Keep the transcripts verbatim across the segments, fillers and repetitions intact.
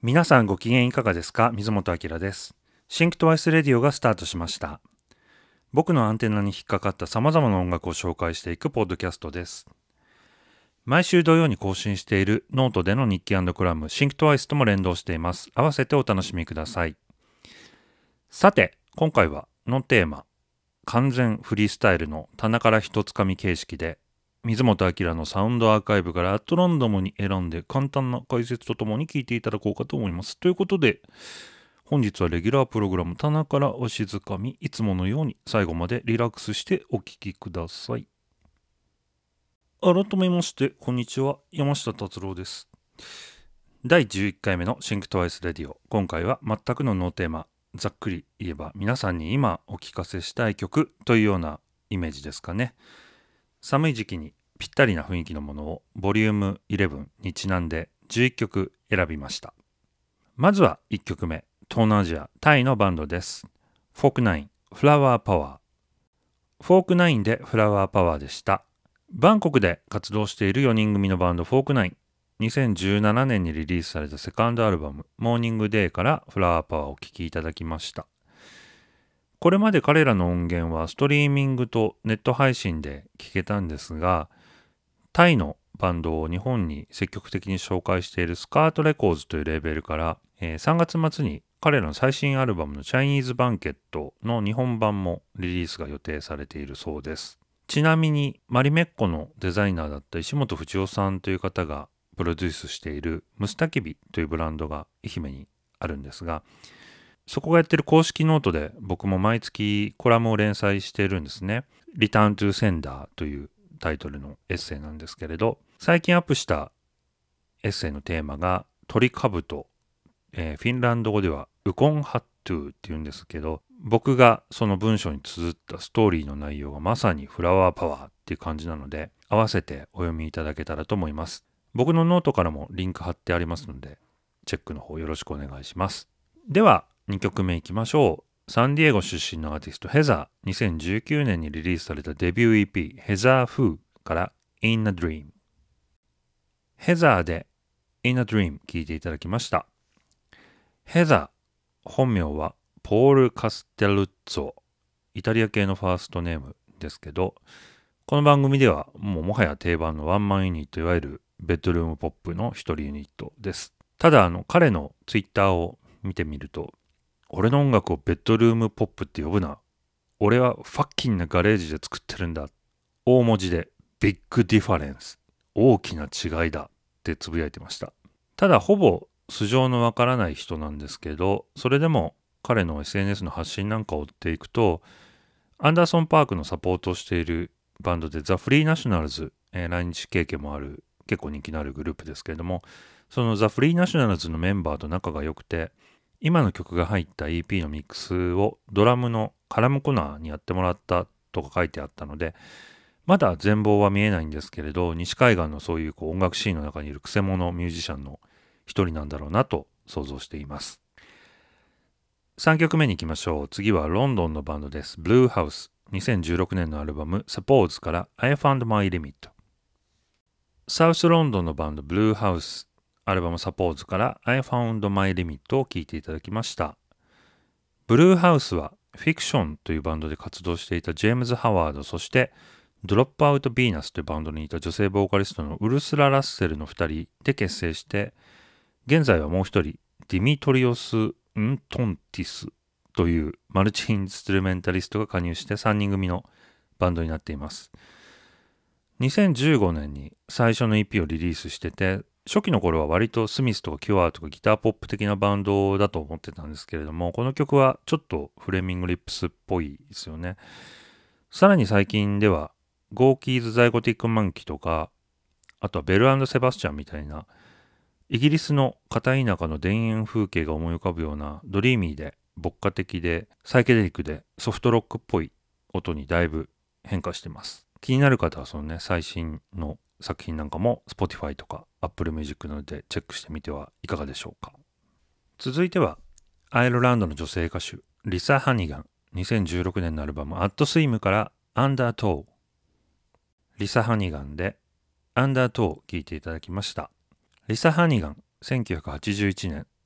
皆さんご機嫌いかがですか？水本明です。Think Twice Radio がスタートしました。僕のアンテナに引っかかった様々な音楽を紹介していくポッドキャストです。毎週土曜に更新しているノートでの日記&コラム Think Twice とも連動しています。合わせてお楽しみください。さて、今回はのテーマ、完全フリースタイルの棚から一つかみ形式で、水本明のサウンドアーカイブからアットランダムに選んで簡単な解説とともに聞いていただこうかと思います。ということで、本日はレギュラープログラム棚からお静かみ、いつものように最後までリラックスしてお聞きください。改めまして、こんにちは。山下達郎です。だいじゅういっかいめの Think Twice Radio。今回は全くのノーテーマ。ざっくり言えば皆さんに今お聞かせしたい曲というようなイメージですかね。寒い時期にぴったりな雰囲気のものをボリュームじゅういちにちなんでじゅういっきょく選びました。まずはいっきょくめ、東南アジア、タイのバンドです。フォークナイン、フラワーパワー。フォークナインでフラワーパワーでした。バンコクで活動しているよにん組のバンドフォークナイン。にせんじゅうななねんにリリースされたセカンドアルバム、モーニングデーからフラワーパワーをお聴きいただきました。これまで彼らの音源はストリーミングとネット配信で聴けたんですが、タイのバンドを日本に積極的に紹介しているスカートレコーズというレーベルから、えー、さんがつ末に彼らの最新アルバムのチャイニーズバンケットの日本版もリリースが予定されているそうです。ちなみにマリメッコのデザイナーだった石本富夫さんという方がプロデュースしているムスタキビというブランドが愛媛にあるんですが、そこがやってる公式ノートで僕も毎月コラムを連載しているんですね。Return to Sender というタイトルのエッセイなんですけれど、最近アップしたエッセイのテーマが鳥かぶと、えー、フィンランド語ではウコンハットゥーっていうんですけど、僕がその文章に綴ったストーリーの内容がまさにフラワーパワーっていう感じなので、合わせてお読みいただけたらと思います。僕のノートからもリンク貼ってありますので、チェックの方よろしくお願いします。ではにきょくめいきましょう。サンディエゴ出身のアーティストヘザー、にせんじゅうきゅうねんにリリースされたデビュー イーピー ヘザーフーから In a Dream。ヘザーで In a Dream 聴いていただきました。ヘザー、本名はポール・カステルッツォ、イタリア系のファーストネームですけど、この番組ではもうもはや定番のワンマンユニット、いわゆるベッドルームポップの一人ユニットです。ただあの彼のツイッターを見てみると、俺の音楽をベッドルームポップって呼ぶな。俺はファッキンなガレージで作ってるんだ。大文字でビッグディファレンス。大きな違いだってつぶやいてました。ただほぼ素性のわからない人なんですけど、それでも彼の エスエヌエス の発信なんかを追っていくと、アンダーソン・パークのサポートをしているバンドでザ・フリーナショナルズ、えー、来日経験もある結構人気のあるグループですけれども、そのザ・フリーナショナルズのメンバーと仲が良くて、今の曲が入った イーピー のミックスをドラムのカラムコナーにやってもらったとか書いてあったので、まだ全貌は見えないんですけれど、西海岸のそういうこう音楽シーンの中にいるクセモノミュージシャンの一人なんだろうなと想像しています。さんきょくめに行きましょう。次はロンドンのバンドです。ブルーハウス。にせんじゅうろくねんのアルバム Suppose から I Found My Limit。サウスロンドンのバンドブルーハウス。アルバム Suppose から I Found My Limit を聴いていただきました。ブルーハウスはフィクションというバンドで活動していたジェームズ・ハワード、そしてドロップアウト・ヴィーナスというバンドにいた女性ボーカリストのウルスラ・ラッセルのふたりで結成して、現在はもう一人、ディミトリオス・ントンティスというマルチインストゥルメンタリストが加入してさんにん組のバンドになっています。にせんじゅうごねんに最初の イーピー をリリースしてて、初期の頃は割とスミスとかキュアとかギターポップ的なバンドだと思ってたんですけれども、この曲はちょっとフレーミングリップスっぽいですよね。さらに最近ではゴーキーズ・ザイゴティック・マンキとか、あとはベル&セバスチャンみたいなイギリスの片田舎の田園風景が思い浮かぶようなドリーミーで牧歌的でサイケデリックでソフトロックっぽい音にだいぶ変化してます。気になる方はそのね、最新の作品なんかも Spotify とか Apple Music などでチェックしてみてはいかがでしょうか。続いてはアイルランドの女性歌手リサ・ハニガン。にせんじゅうろくねんのアルバム At Swim からアンダートー。リサ・ハニガンでアンダートーを聴いていただきました。リサ・ハニガン、せんきゅうひゃくはちじゅういちねん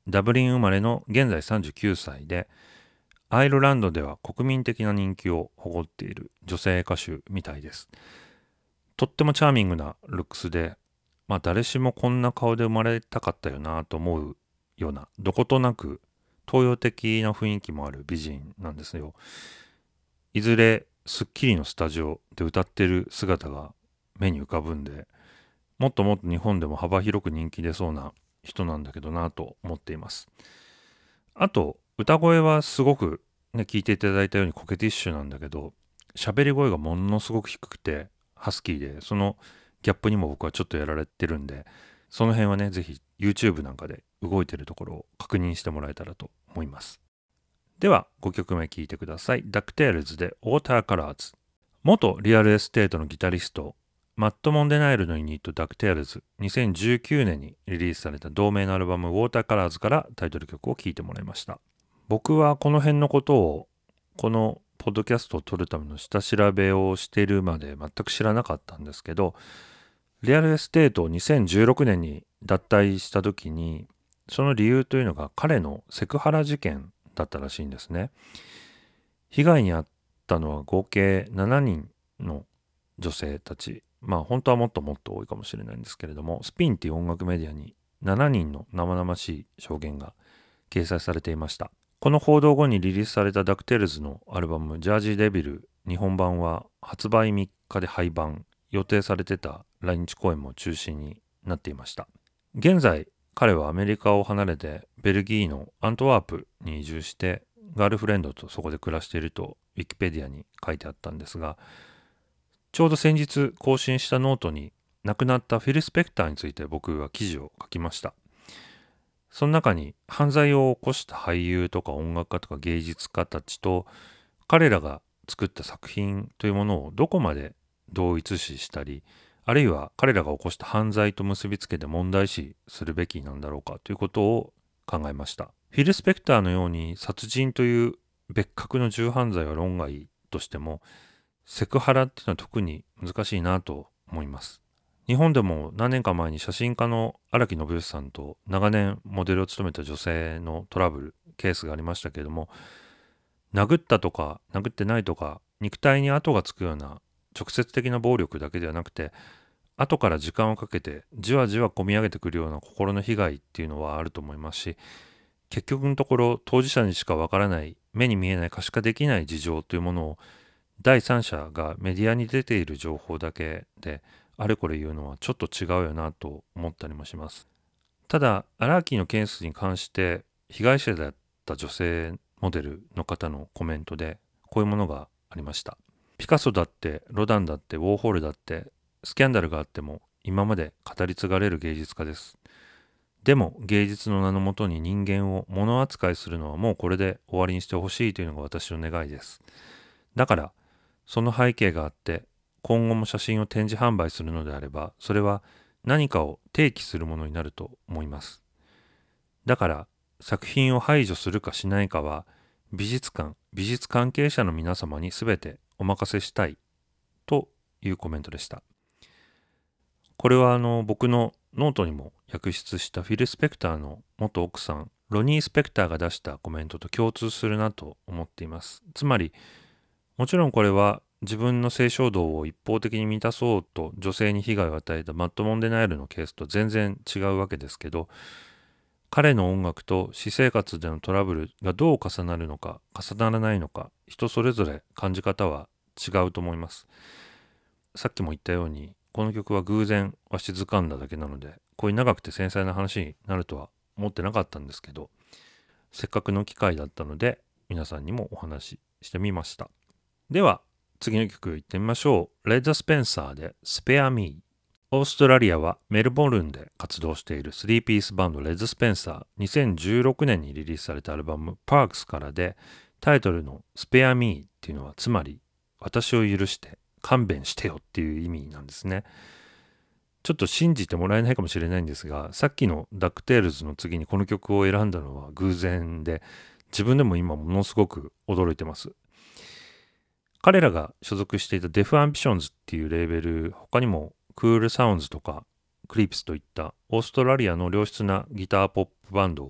ダブリン生まれの現在さんじゅうきゅうさいで、アイルランドでは国民的な人気を誇っている女性歌手みたいです。とってもチャーミングなルックスで、まあ誰しもこんな顔で生まれたかったよなと思うような、どことなく東洋的な雰囲気もある美人なんですよ。いずれスッキリのスタジオで歌ってる姿が目に浮かぶんで、もっともっと日本でも幅広く人気出そうな人なんだけどなと思っています。あと、歌声はすごくね、聞いていただいたようにコケティッシュなんだけど、喋り声がものすごく低くてハスキーで、そのギャップにも僕はちょっとやられてるんで、その辺はね、ぜひ YouTube なんかで動いてるところを確認してもらえたらと思います。ではごきょくめ聴いてください。ダックテールズでウォーターカラーズ。元リアルエステートのギタリスト、マット・モンデナイルのユニットダックテールズ、にせんじゅうきゅうねんにリリースされた同名のアルバムウォーターカラーズからタイトル曲を聴いてもらいました。僕はこの辺のことを、このポッドキャストを撮るための下調べをしているまで全く知らなかったんですけど、リアルエステートをにせんじゅうろくねんに脱退した時に、その理由というのが彼のセクハラ事件だったらしいんですね。被害に遭ったのは合計ななにんの女性たち。まあ本当はもっともっと多いかもしれないんですけれども、スピンっていう音楽メディアにななにんの生々しい証言が掲載されていました。この報道後にリリースされたダクテールズのアルバムジャージーデビル日本版は発売みっかで廃盤、予定されてた来日公演も中止になっていました。現在彼はアメリカを離れてベルギーのアントワープに移住してガールフレンドとそこで暮らしているとウィキペディアに書いてあったんですが、ちょうど先日更新したノートに亡くなったフィル・スペクターについて僕は記事を書きました。その中に犯罪を起こした俳優とか音楽家とか芸術家たちと彼らが作った作品というものをどこまで同一視したり、あるいは彼らが起こした犯罪と結びつけて問題視するべきなんだろうかということを考えました。フィル・スペクターのように殺人という別格の重犯罪は論外としても、セクハラっていうのは特に難しいなと思います。日本でも何年か前に写真家の荒木信義さんと長年モデルを務めた女性のトラブル、ケースがありましたけれども、殴ったとか殴ってないとか肉体に跡がつくような直接的な暴力だけではなくて、後から時間をかけてじわじわ込み上げてくるような心の被害っていうのはあると思いますし、結局のところ当事者にしかわからない目に見えない可視化できない事情というものを第三者がメディアに出ている情報だけであれこれ言うのはちょっと違うよなと思ったりもします。ただ荒木のケースに関して被害者だった女性モデルの方のコメントでこういうものがありました。ピカソだってロダンだってウォーホルだってスキャンダルがあっても今まで語り継がれる芸術家です。でも芸術の名のもとに人間を物扱いするのはもうこれで終わりにしてほしいというのが私の願いです。だからその背景があって今後も写真を展示販売するのであれば、それは何かを提起するものになると思います。だから作品を排除するかしないかは美術館、美術関係者の皆様に全てお任せしたいというコメントでした。これはあの僕のノートにも訳出したフィル・スペクターの元奥さんロニー・スペクターが出したコメントと共通するなと思っています。つまりもちろんこれは自分の性衝動を一方的に満たそうと女性に被害を与えたマット・モンデナイルのケースと全然違うわけですけど、彼の音楽と私生活でのトラブルがどう重なるのか重ならないのか、人それぞれ感じ方は違うと思います。さっきも言ったようにこの曲は偶然わしづかんだだけなので、こういう長くて繊細な話になるとは思ってなかったんですけど、せっかくの機会だったので皆さんにもお話ししてみました。では次の曲いってみましょう。レッド・スペンサーで Spare Me。オーストラリアはメルボルンで活動しているスリーピースバンドレッド・スペンサー。にせんじゅうろくねんにリリースされたアルバム Parks からで、タイトルの Spare Me っていうのはつまり私を許して勘弁してよっていう意味なんですね。ちょっと信じてもらえないかもしれないんですが、さっきのダックテールズの次にこの曲を選んだのは偶然で、自分でも今ものすごく驚いてます。彼らが所属していたデフアンビションズっていうレーベル、他にもクールサウンズとかクリープスといったオーストラリアの良質なギターポップバンドを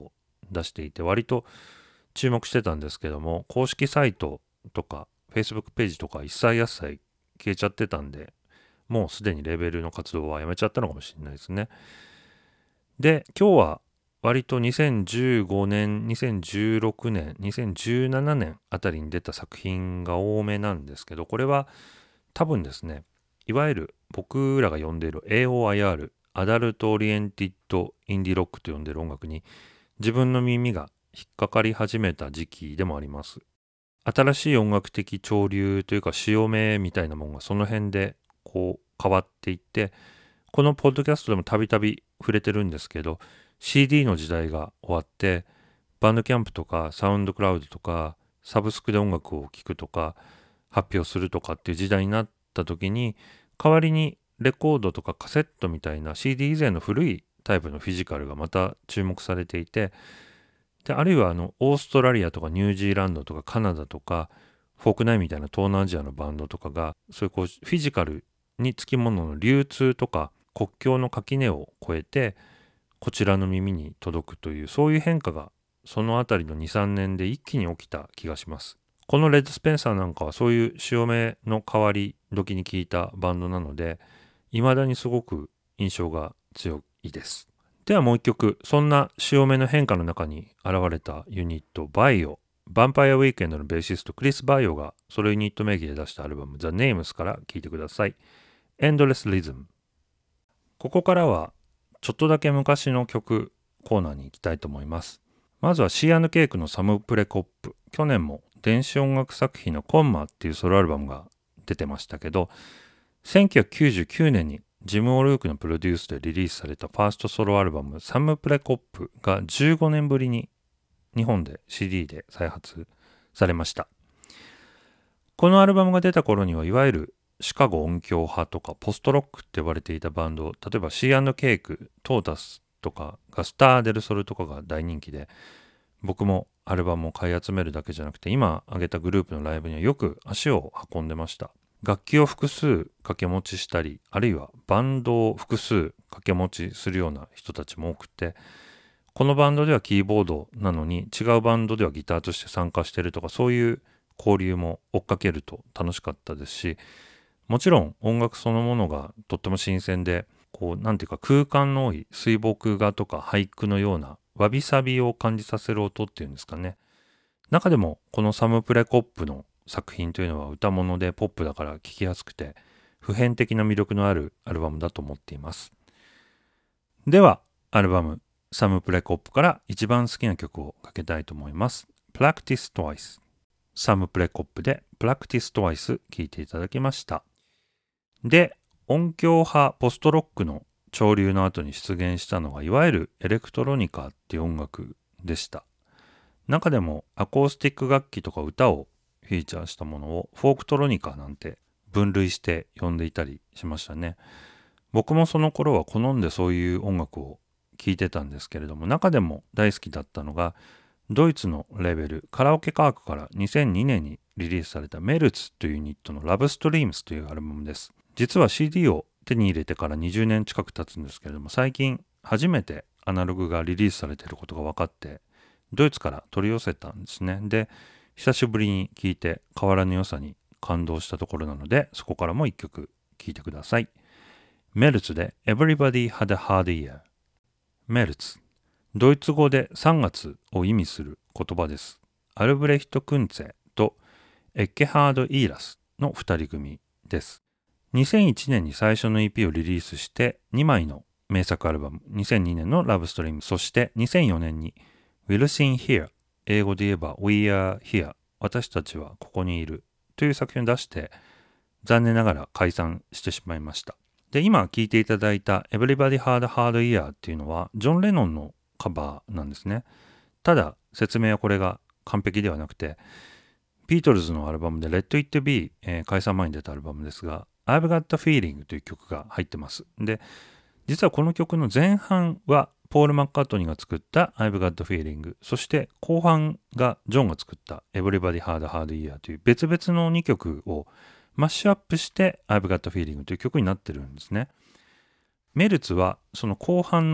出していて割と注目してたんですけども、公式サイトとか Facebook ページとか一切一切消えちゃってたんで、もうすでにレーベルの活動はやめちゃったのかもしれないですね。で、今日は割とにせんじゅうごねん、にせんじゅうろくねん、にせんじゅうななねんあたりに出た作品が多めなんですけど、これは多分ですね、いわゆる僕らが呼んでいる エーオーアイアール、アダルトオリエンティッドインディロックと呼んでいる音楽に自分の耳が引っかかり始めた時期でもあります。新しい音楽的潮流というか潮目みたいなものがその辺でこう変わっていって、このポッドキャストでもたびたび触れてるんですけど、 シーディー の時代が終わってバンドキャンプとかサウンドクラウドとかサブスクで音楽を聴くとか発表するとかっていう時代になった時に、代わりにレコードとかカセットみたいな シーディー 以前の古いタイプのフィジカルがまた注目されていて、であるいはあのオーストラリアとかニュージーランドとかカナダとかフォークナインみたいな東南アジアのバンドとかがそういうこうフィジカルにつきものの流通とか国境の垣根を越えてこちらの耳に届くという、そういう変化がそのあたりの にさんねんで一気に起きた気がします。このレッド・スペンサーなんかはそういう潮目の変わり時に聴いたバンドなので、未だにすごく印象が強いです。ではもう一曲、そんな潮目の変化の中に現れたユニットバイオ、ヴァンパイアウィークエンドのベーシストクリス・バイオがソロユニット名義で出したアルバム The Names から聴いてください。Endless Rhythm。ここからはちょっとだけ昔の曲コーナーに行きたいと思います。まずは シーアンドケーキ のサムプレコップ。去年も電子音楽作品のコンマっていうソロアルバムが出てましたけど、せんきゅうひゃくきゅうじゅうきゅうねんにジム・オルークのプロデュースでリリースされたファーストソロアルバムサムプレコップがじゅうごねんぶりに日本で シーディー で再発されました。このアルバムが出た頃にはいわゆるシカゴ音響派とかポストロックって呼ばれていたバンド、例えば シーアンドケーキ、トータスとかガスター・デル・ソルとかが大人気で、僕もアルバムを買い集めるだけじゃなくて今挙げたグループのライブにはよく足を運んでました。楽器を複数掛け持ちしたり、あるいはバンドを複数掛け持ちするような人たちも多くて、このバンドではキーボードなのに違うバンドではギターとして参加してるとか、そういう交流も追っかけると楽しかったですし、もちろん音楽そのものがとっても新鮮で、こうなんていうか空間の多い水墨画とか俳句のようなわびさびを感じさせる音っていうんですかね。中でもこのサムプレコップの作品というのは歌物でポップだから聴きやすくて普遍的な魅力のあるアルバムだと思っています。ではアルバムサムプレコップから一番好きな曲をかけたいと思います。Practice Twice。サムプレコップで Practice Twice 聴いていただきました。で、音響派ポストロックの潮流の後に出現したのがいわゆるエレクトロニカっていう音楽でした。中でもアコースティック楽器とか歌をフィーチャーしたものをフォークトロニカなんて分類して呼んでいたりしましたね。僕もその頃は好んでそういう音楽を聴いてたんですけれども、中でも大好きだったのがドイツのレーベルカラオケカークからにせんにねんにリリースされたメルツというユニットのラブストリームスというアルバムです。実は シーディー を手に入れてからにじゅうねん近く経つんですけれども、最近初めてアナログがリリースされていることが分かってドイツから取り寄せたんですね。で、久しぶりに聴いて変わらぬ良さに感動したところなので、そこからも一曲聴いてください。メルツで Everybody Had a Hard Year。 メルツ、ドイツ語でさんがつを意味する言葉です。アルブレヒト・クンツェとエッケハード・イーラスのふたり組です。にせんいちねんに最初の イーピー をリリースしてにまいの名作アルバム、にせんにねんのラブストリーム、そしてにせんよねんに We'll Sing Here、 英語で言えば We Are Here、 私たちはここにいるという作品を出して残念ながら解散してしまいました。で、今聴いていただいた Everybody Had a Hard Year っていうのはジョン・レノンのカバーなんですね。ただ説明はこれが完璧ではなくて、ビートルズのアルバムで Let It Be、えー、解散前に出たアルバムですが I've Got a Feeling という曲が入ってます。で、実はこの曲の前半はポール・マッカートニーが作った I've Got a Feeling、 そして後半がジョンが作った Everybody Had a Hard Year という別々のにきょくをマッシュアップして I've Got a Feeling という曲になってるんですね。メルツはその後半の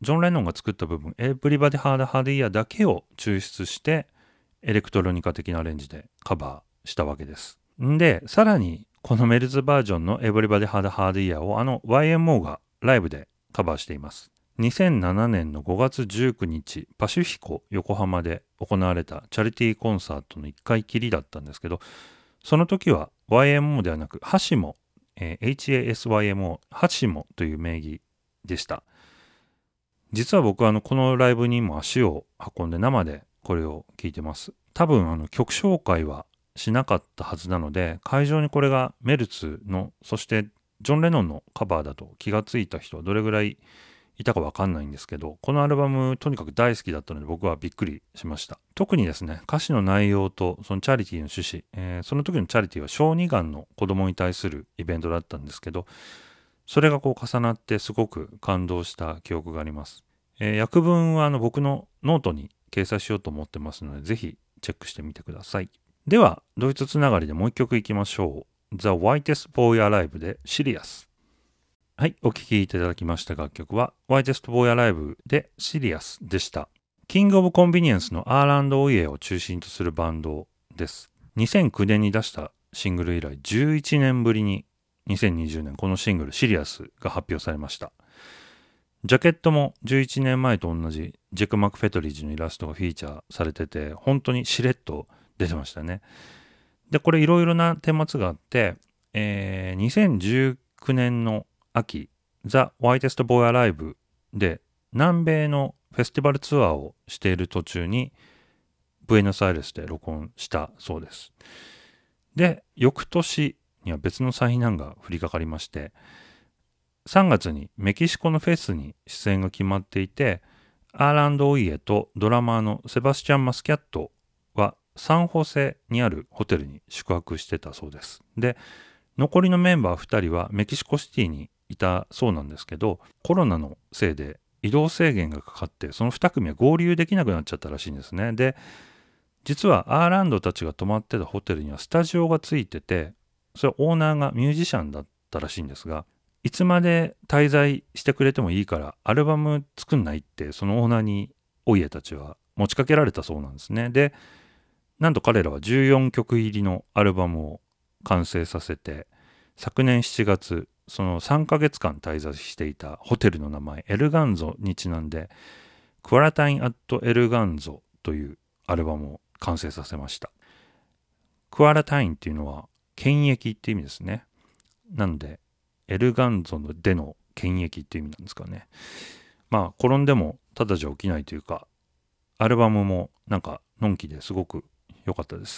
ジョン・レノンが作った部分、Everybody Had a Hard Year だけを抽出して、エレクトロニカ的なアレンジでカバーしたわけです。んで、さらに、このメルズバージョンの Everybody Had a Hard Year をあの ワイエムオー がライブでカバーしています。にせんななねんのごがつじゅうくにち、パシフィコ横浜で行われたチャリティーコンサートのいっかいきりだったんですけど、その時は ワイエムオー ではなく、ハシモ、えー、エイチエーエスワイエムオー、ハシモという名義でした。実は僕はあのこのライブにも足を運んで生でこれを聴いてます。多分あの曲紹介はしなかったはずなので、会場にこれがメルツの、そしてジョン・レノンのカバーだと気がついた人はどれぐらいいたかわかんないんですけど、このアルバムとにかく大好きだったので僕はびっくりしました。特にですね、歌詞の内容とそのチャリティーの趣旨、えー、その時のチャリティーは小児がんの子供に対するイベントだったんですけど、それがこう重なってすごく感動した記憶があります。えー、訳文はあの僕のノートに掲載しようと思ってますので、ぜひチェックしてみてください。では、ドイツつながりでもう一曲いきましょう。The Whitest Boy Alive で Sirius。はい、お聴きいただきました楽曲は Whitest Boy Alive で Sirius でした。キングオブコンビニエンスのアーランド・オイエを中心とするバンドです。にせんきゅうねんに出したシングル以来じゅういちねんぶりににせんにじゅうねんこのシングル Sirius が発表されました。ジャケットもじゅういちねんまえと同じジェク・マクフェトリッジのイラストがフィーチャーされてて、本当にしれっと出てましたね。で、これいろいろな顛末があって、えー、にせんじゅうきゅうねんの秋、The Whitest Boy Alive で南米のフェスティバルツアーをしている途中にブエノスアイレスで録音したそうです。で、翌年には別の災難が降りかかりまして、さんがつにメキシコのフェスに出演が決まっていて、アーランド・オイエとドラマーのセバスチャン・マスキャットはサンホセにあるホテルに宿泊してたそうです。で、残りのメンバーふたりはメキシコシティにいたそうなんですけど、コロナのせいで移動制限がかかって、そのに組は合流できなくなっちゃったらしいんですね。で、実はアーランドたちが泊まってたホテルにはスタジオがついてて、それオーナーがミュージシャンだったらしいんですが、いつまで滞在してくれてもいいからアルバム作んないってそのオーナーにオイエたちは持ちかけられたそうなんですね。で、なんと彼らはじゅうよんきょく入りのアルバムを完成させて、昨年しちがつ、そのさんかげつかん滞在していたホテルの名前エルガンゾにちなんでクアラタイン・アット・エルガンゾというアルバムを完成させました。クアラタインっていうのは検疫って意味ですね。なのでエルガンゾでの検疫っていう意味なんですかね。まあ転んでもただじゃ起きないというか、アルバムもなんかのんきですごく良かったです。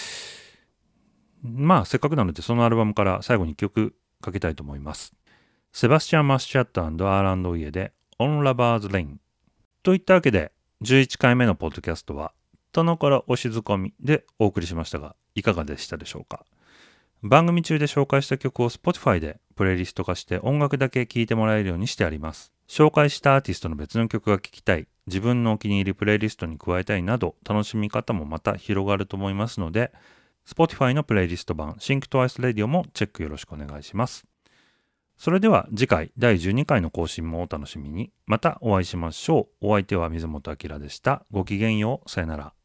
まあせっかくなのでそのアルバムから最後にいっきょくかけたいと思います。セバスチャン・マスチャット&アーランド・イエで On Lover's Lane。といったわけでじゅういっかいめのポッドキャストは殿からおしずこみでお送りしましたが、いかがでしたでしょうか。番組中で紹介した曲を Spotify でプレイリスト化して音楽だけ聴いてもらえるようにしてあります。紹介したアーティストの別の曲が聴きたい、自分のお気に入りプレイリストに加えたいなど、楽しみ方もまた広がると思いますので、Spotify のプレイリスト版 Think Twice Radio もチェックよろしくお願いします。それでは次回だいじゅうにかいの更新もお楽しみに。またお会いしましょう。お相手は水本明でした。ごきげんよう。さよなら。